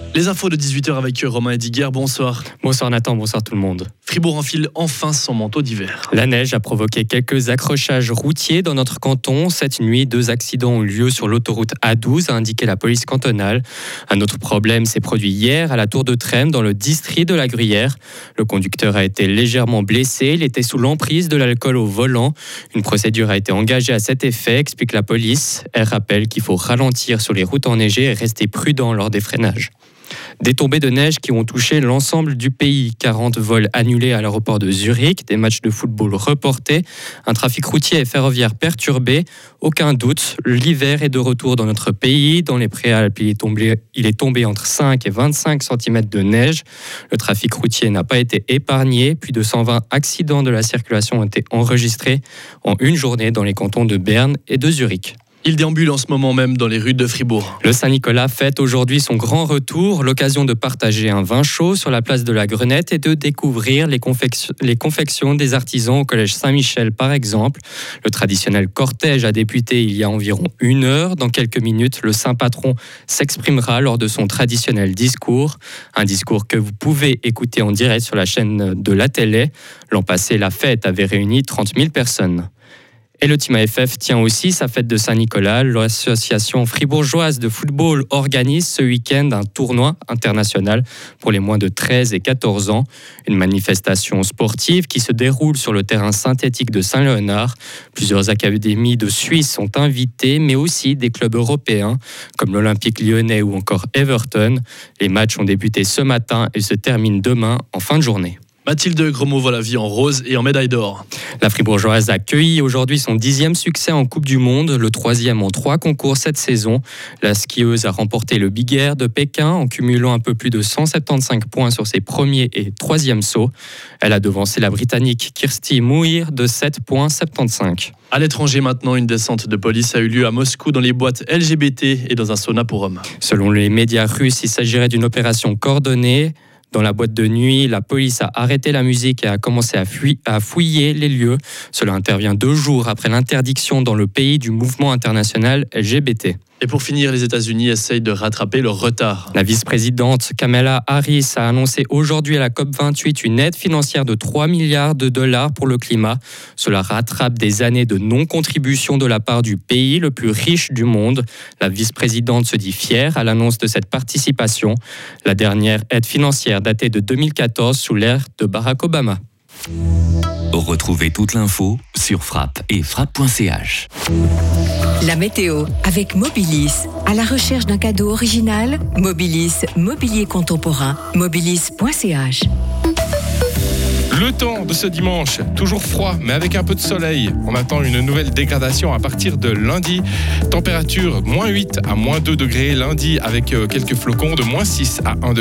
Les infos de 18h avec Romain Ediger, bonsoir. Bonsoir Nathan, bonsoir tout le monde. Fribourg enfile enfin son manteau d'hiver. La neige a provoqué quelques accrochages routiers dans notre canton. Cette nuit, 2 accidents ont eu lieu sur l'autoroute A12, a indiqué la police cantonale. Un autre problème s'est produit hier à la Tour de Trême, dans le district de la Gruyère. Le conducteur a été légèrement blessé, il était sous l'emprise de l'alcool au volant. Une procédure a été engagée à cet effet, explique la police. Elle rappelle qu'il faut ralentir sur les routes enneigées et rester prudent lors des freinages. Des tombées de neige qui ont touché l'ensemble du pays. 40 vols annulés à l'aéroport de Zurich, des matchs de football reportés, un trafic routier et ferroviaire perturbé. Aucun doute, l'hiver est de retour dans notre pays. Dans les Préalpes, il est tombé entre 5 et 25 cm de neige. Le trafic routier n'a pas été épargné. Plus de 120 accidents de la circulation ont été enregistrés en une journée dans les cantons de Berne et de Zurich. Il déambule en ce moment même dans les rues de Fribourg. Le Saint-Nicolas fête aujourd'hui son grand retour, l'occasion de partager un vin chaud sur la place de la Grenette et de découvrir les confections des artisans au collège Saint-Michel par exemple. Le traditionnel cortège a débuté il y a environ 1 heure. Dans quelques minutes, le saint patron s'exprimera lors de son traditionnel discours. Un discours que vous pouvez écouter en direct sur la chaîne de la télé. L'an passé, la fête avait réuni 30 000 personnes. Et le Team AFF tient aussi sa fête de Saint-Nicolas. L'association fribourgeoise de football organise ce week-end un tournoi international pour les moins de 13 et 14 ans. Une manifestation sportive qui se déroule sur le terrain synthétique de Saint-Léonard. Plusieurs académies de Suisse sont invitées, mais aussi des clubs européens comme l'Olympique lyonnais ou encore Everton. Les matchs ont débuté ce matin et se terminent demain en fin de journée. Mathilde Gremaud voit la vie en rose et en médaille d'or. La Fribourgeoise a accueilli aujourd'hui son 10e succès en Coupe du Monde, le 3e en 3 concours cette saison. La skieuse a remporté le Big Air de Pékin en cumulant un peu plus de 175 points sur ses premiers et 3e sauts. Elle a devancé la Britannique Kirsty Muir de 7,75 points. À l'étranger maintenant, une descente de police a eu lieu à Moscou dans les boîtes LGBT et dans un sauna pour hommes. Selon les médias russes, il s'agirait d'une opération coordonnée. Dans la boîte de nuit, la police a arrêté la musique et a commencé à fouiller les lieux. Cela intervient 2 jours après l'interdiction dans le pays du mouvement international LGBT. Et pour finir, les États-Unis essayent de rattraper leur retard. La vice-présidente Kamala Harris a annoncé aujourd'hui à la COP28 une aide financière de 3 milliards de dollars pour le climat. Cela rattrape des années de non-contribution de la part du pays le plus riche du monde. La vice-présidente se dit fière à l'annonce de cette participation. La dernière aide financière datait de 2014 sous l'ère de Barack Obama. Retrouvez toute l'info sur Frappe et frappe.ch. La météo avec Mobilis. À la recherche d'un cadeau original, Mobilis, mobilier contemporain, mobilis.ch. Le temps de ce dimanche, toujours froid, mais avec un peu de soleil. On attend une nouvelle dégradation à partir de lundi. Température -8 à -2 degrés lundi avec quelques flocons, de -6 à 1 degré.